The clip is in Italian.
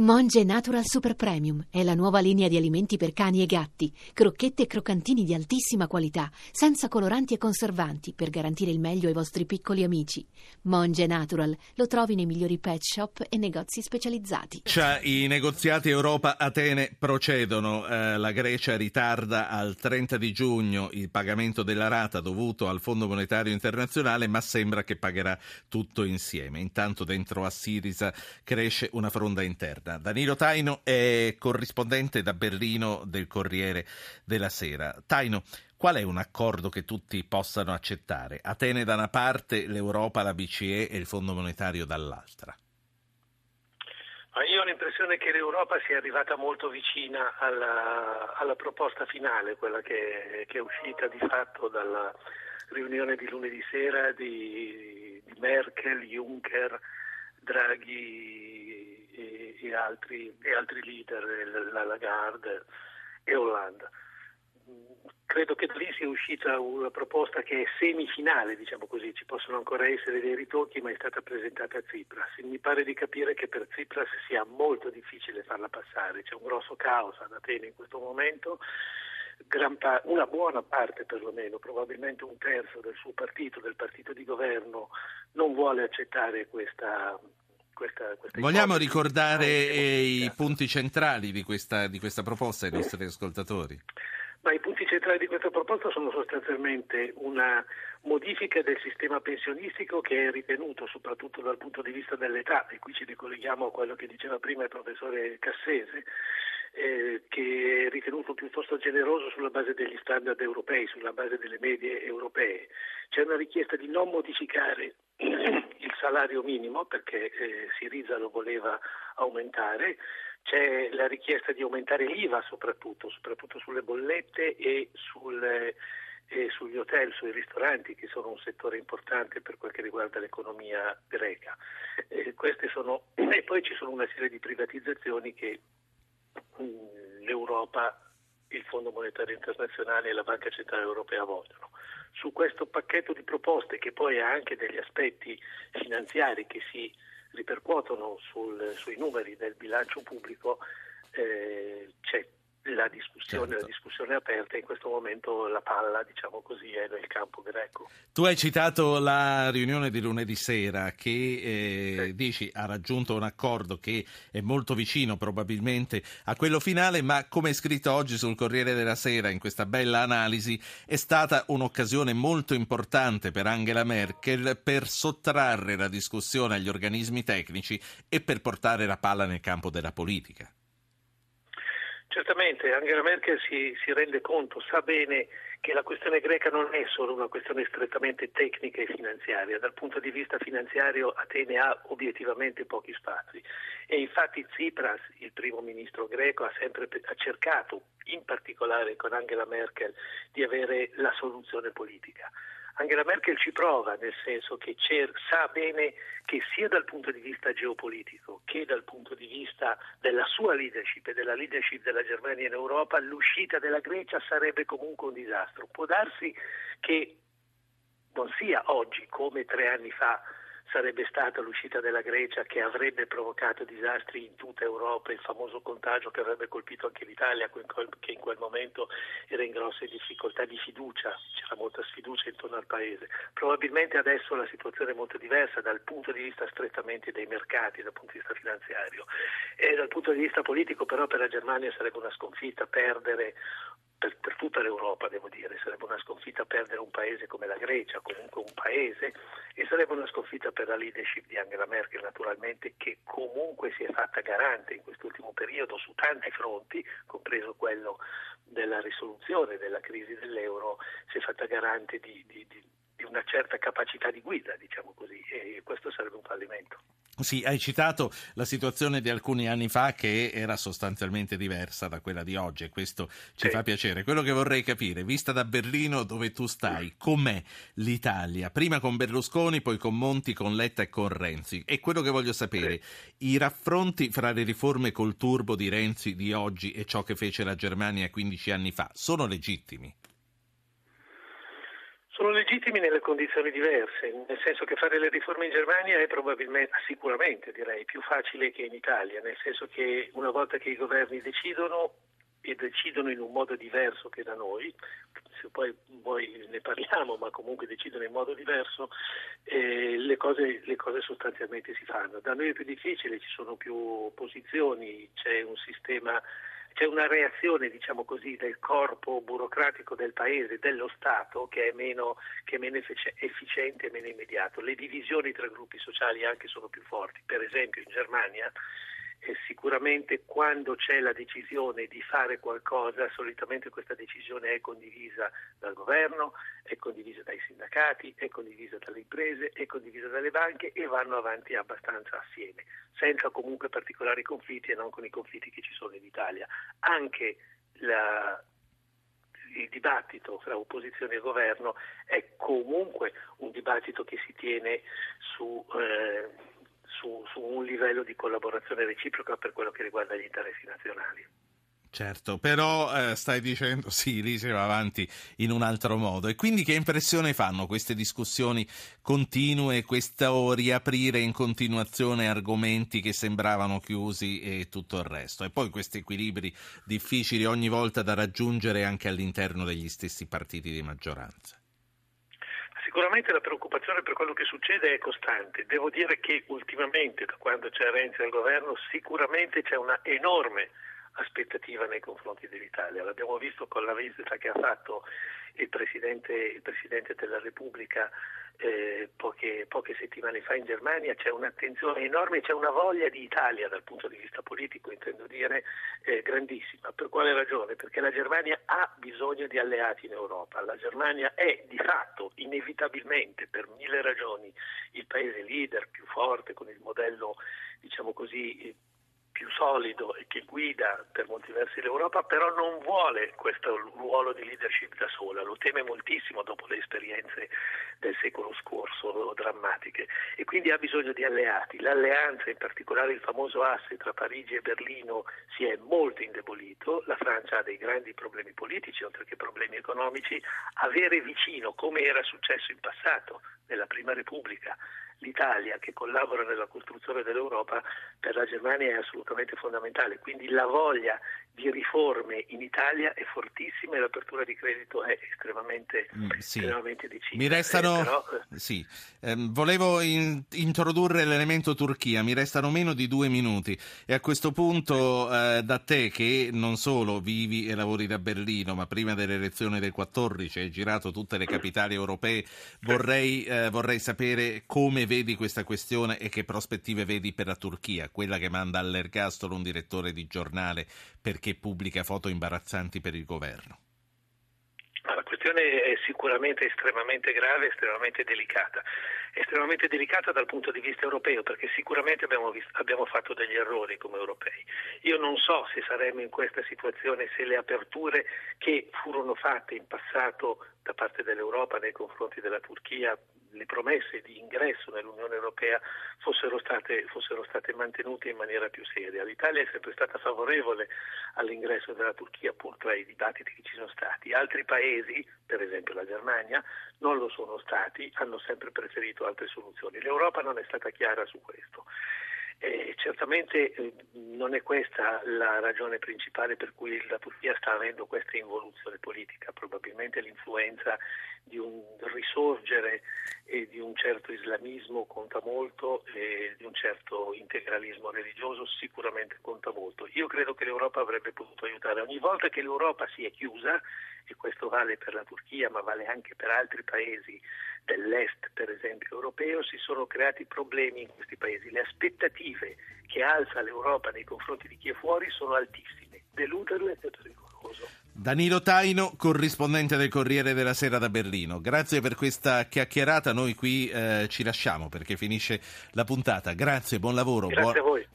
Monge Natural Super Premium è la nuova linea di alimenti per cani e gatti, crocchette e croccantini di altissima qualità, senza coloranti e conservanti, per garantire il meglio ai vostri piccoli amici. Monge Natural lo trovi nei migliori pet shop e negozi specializzati. I negoziati Europa-Atene procedono. La Grecia ritarda al 30 di giugno il pagamento della rata dovuto al Fondo Monetario Internazionale, ma sembra che pagherà tutto insieme. Intanto dentro a Sirisa cresce una fronda interna. Danilo Taino è corrispondente da Berlino del Corriere della Sera. Taino, qual è un accordo che tutti possano accettare? Atene da una parte, l'Europa, la BCE e il Fondo Monetario dall'altra. Io ho l'impressione che l'Europa sia arrivata molto vicina alla proposta finale, quella che è uscita di fatto dalla riunione di lunedì sera di Merkel, Juncker, Draghi e altri leader, la Lagarde e Hollande. Credo che da lì sia uscita una proposta che è semifinale, diciamo così, ci possono ancora essere dei ritocchi, ma è stata presentata a Tsipras. Mi pare di capire che per Tsipras sia molto difficile farla passare, c'è un grosso caos ad Atene in questo momento. Una buona parte perlomeno, probabilmente un terzo del suo partito, del partito di governo, non vuole accettare questa Vogliamo ricordare i punti centrali di questa proposta ai nostri ascoltatori? Ma i punti centrali di questa proposta sono sostanzialmente una modifica del sistema pensionistico che è ritenuto, soprattutto dal punto di vista dell'età, e qui ci ricolleghiamo a quello che diceva prima il professore Cassese, che è ritenuto piuttosto generoso sulla base degli standard europei, sulla base delle medie europee. C'è una richiesta di non modificare il salario minimo perché Syriza lo voleva aumentare, c'è la richiesta di aumentare l'IVA soprattutto sulle bollette e sugli hotel, sui ristoranti, che sono un settore importante per quel che riguarda l'economia greca. E poi ci sono una serie di privatizzazioni che l'Europa, il Fondo Monetario Internazionale e la Banca Centrale Europea vogliono. Su questo pacchetto di proposte, che poi ha anche degli aspetti finanziari che si ripercuotono sui numeri del bilancio pubblico, c'è la discussione è aperta. In questo momento la palla, diciamo così, è nel campo greco. Tu hai citato la riunione di lunedì sera che dici ha raggiunto un accordo che è molto vicino probabilmente a quello finale, ma come è scritto oggi sul Corriere della Sera in questa bella analisi è stata un'occasione molto importante per Angela Merkel per sottrarre la discussione agli organismi tecnici e per portare la palla nel campo della politica. Certamente, Angela Merkel si rende conto, sa bene che la questione greca non è solo una questione strettamente tecnica e finanziaria. Dal punto di vista finanziario Atene ha obiettivamente pochi spazi e infatti Tsipras, il primo ministro greco, ha cercato, in particolare con Angela Merkel, di avere la soluzione politica. Angela Merkel ci prova, nel senso che sa bene che sia dal punto di vista geopolitico che dal punto di vista della sua leadership e della leadership della Germania in Europa, l'uscita della Grecia sarebbe comunque un disastro. Può darsi che non sia oggi come 3 anni fa sarebbe stata l'uscita della Grecia che avrebbe provocato disastri in tutta Europa, il famoso contagio che avrebbe colpito anche l'Italia, che in quel momento era in grosse difficoltà di fiducia, c'era molta sfiducia intorno al paese. Probabilmente adesso la situazione è molto diversa dal punto di vista strettamente dei mercati, dal punto di vista finanziario, e dal punto di vista politico però per la Germania sarebbe una sconfitta perdere. Per tutta l'Europa, devo dire, sarebbe una sconfitta perdere un paese come la Grecia, comunque un paese, e sarebbe una sconfitta per la leadership di Angela Merkel, naturalmente, che comunque si è fatta garante in quest'ultimo periodo su tanti fronti, compreso quello della risoluzione della crisi dell'euro, si è fatta garante di una certa capacità di guida, diciamo così, e questo sarebbe un fallimento. Sì, hai citato la situazione di alcuni anni fa che era sostanzialmente diversa da quella di oggi e questo ci fa piacere. Quello che vorrei capire, vista da Berlino dove tu stai, com'è l'Italia? Prima con Berlusconi, poi con Monti, con Letta e con Renzi. E quello che voglio sapere, i raffronti fra le riforme col turbo di Renzi di oggi e ciò che fece la Germania 15 anni fa sono legittimi? Sono legittimi nelle condizioni diverse, nel senso che fare le riforme in Germania è sicuramente direi più facile che in Italia, nel senso che una volta che i governi decidono e decidono in un modo diverso che da noi, se poi ne parliamo, ma comunque decidono in modo diverso, le cose sostanzialmente si fanno. Da noi è più difficile, ci sono più opposizioni, c'è un sistema. C'è una reazione, diciamo così, del corpo burocratico del paese, dello Stato, che è meno efficiente e meno immediato. Le divisioni tra gruppi sociali anche sono più forti. Per esempio in Germania sicuramente quando c'è la decisione di fare qualcosa, solitamente questa decisione è condivisa dal governo, è condivisa dai sindacati, è condivisa dalle imprese, è condivisa dalle banche e vanno avanti abbastanza assieme, senza comunque particolari conflitti e non con i conflitti che ci sono in Italia. Anche il dibattito fra opposizione e governo è comunque un dibattito che si tiene su un livello di collaborazione reciproca per quello che riguarda gli interessi nazionali. Certo, però stai dicendo, sì, lì si va avanti in un altro modo. E quindi che impressione fanno queste discussioni continue, questo riaprire in continuazione argomenti che sembravano chiusi e tutto il resto? E poi questi equilibri difficili ogni volta da raggiungere anche all'interno degli stessi partiti di maggioranza. Sicuramente la preoccupazione per quello che succede è costante. Devo dire che ultimamente, da quando c'è Renzi al governo, sicuramente c'è una enorme aspettativa nei confronti dell'Italia. L'abbiamo visto con la visita che ha fatto il Presidente della Repubblica poche settimane fa in Germania. C'è un'attenzione enorme, c'è una voglia di Italia dal punto di vista politico, intendo dire, grandissima. Per quale ragione? Perché la Germania ha bisogno di alleati in Europa. La Germania è di fatto, inevitabilmente, per mille ragioni, il paese leader più forte, con il modello, diciamo così, più solido e che guida per molti versi l'Europa, però non vuole questo ruolo di leadership da sola, lo teme moltissimo dopo le esperienze del secolo scorso drammatiche e quindi ha bisogno di alleati. L'alleanza, in particolare il famoso asse tra Parigi e Berlino, si è molto indebolito, la Francia ha dei grandi problemi politici oltre che problemi economici. Avere vicino, come era successo in passato nella Prima Repubblica, l'Italia che collabora nella costruzione dell'Europa, per la Germania è assolutamente fondamentale, quindi la voglia di riforme in Italia è fortissima e l'apertura di credito è estremamente decisa. Mi restano volevo introdurre l'elemento Turchia, mi restano meno di 2 minuti e a questo punto da te, che non solo vivi e lavori da Berlino, ma prima delle elezioni del 14 hai girato tutte le capitali europee, vorrei sapere come vedi questa questione e che prospettive vedi per la Turchia, quella che manda all'ergastolo un direttore di giornale perché pubblica foto imbarazzanti per il governo. La questione è sicuramente estremamente grave, estremamente delicata dal punto di vista europeo, perché sicuramente abbiamo fatto degli errori come europei. Io non so se saremmo in questa situazione se le aperture che furono fatte in passato da parte dell'Europa nei confronti della Turchia, le promesse di ingresso nell'Unione Europea fossero state mantenute in maniera più seria. L'Italia è sempre stata favorevole all'ingresso della Turchia, pur tra i dibattiti che ci sono stati. Altri paesi, per esempio la Germania, non lo sono stati, hanno sempre preferito altre soluzioni. L'Europa non è stata chiara su questo. Certamente non è questa la ragione principale per cui la Turchia sta avendo questa involuzione politica, probabilmente l'influenza di un risorgere e di un certo islamismo conta molto e di un certo integralismo religioso sicuramente conta molto. Io credo che l'Europa avrebbe potuto aiutare. Ogni volta che l'Europa si è chiusa, e questo vale per la Turchia ma vale anche per altri paesi dell'est, per esempio europeo, si sono creati problemi in questi paesi. Le aspettative che alza l'Europa nei confronti di chi è fuori sono altissime. Deluderle è pericoloso. Danilo Taino, corrispondente del Corriere della Sera da Berlino. Grazie per questa chiacchierata. Noi qui ci lasciamo perché finisce la puntata. Grazie, buon lavoro. Grazie a voi.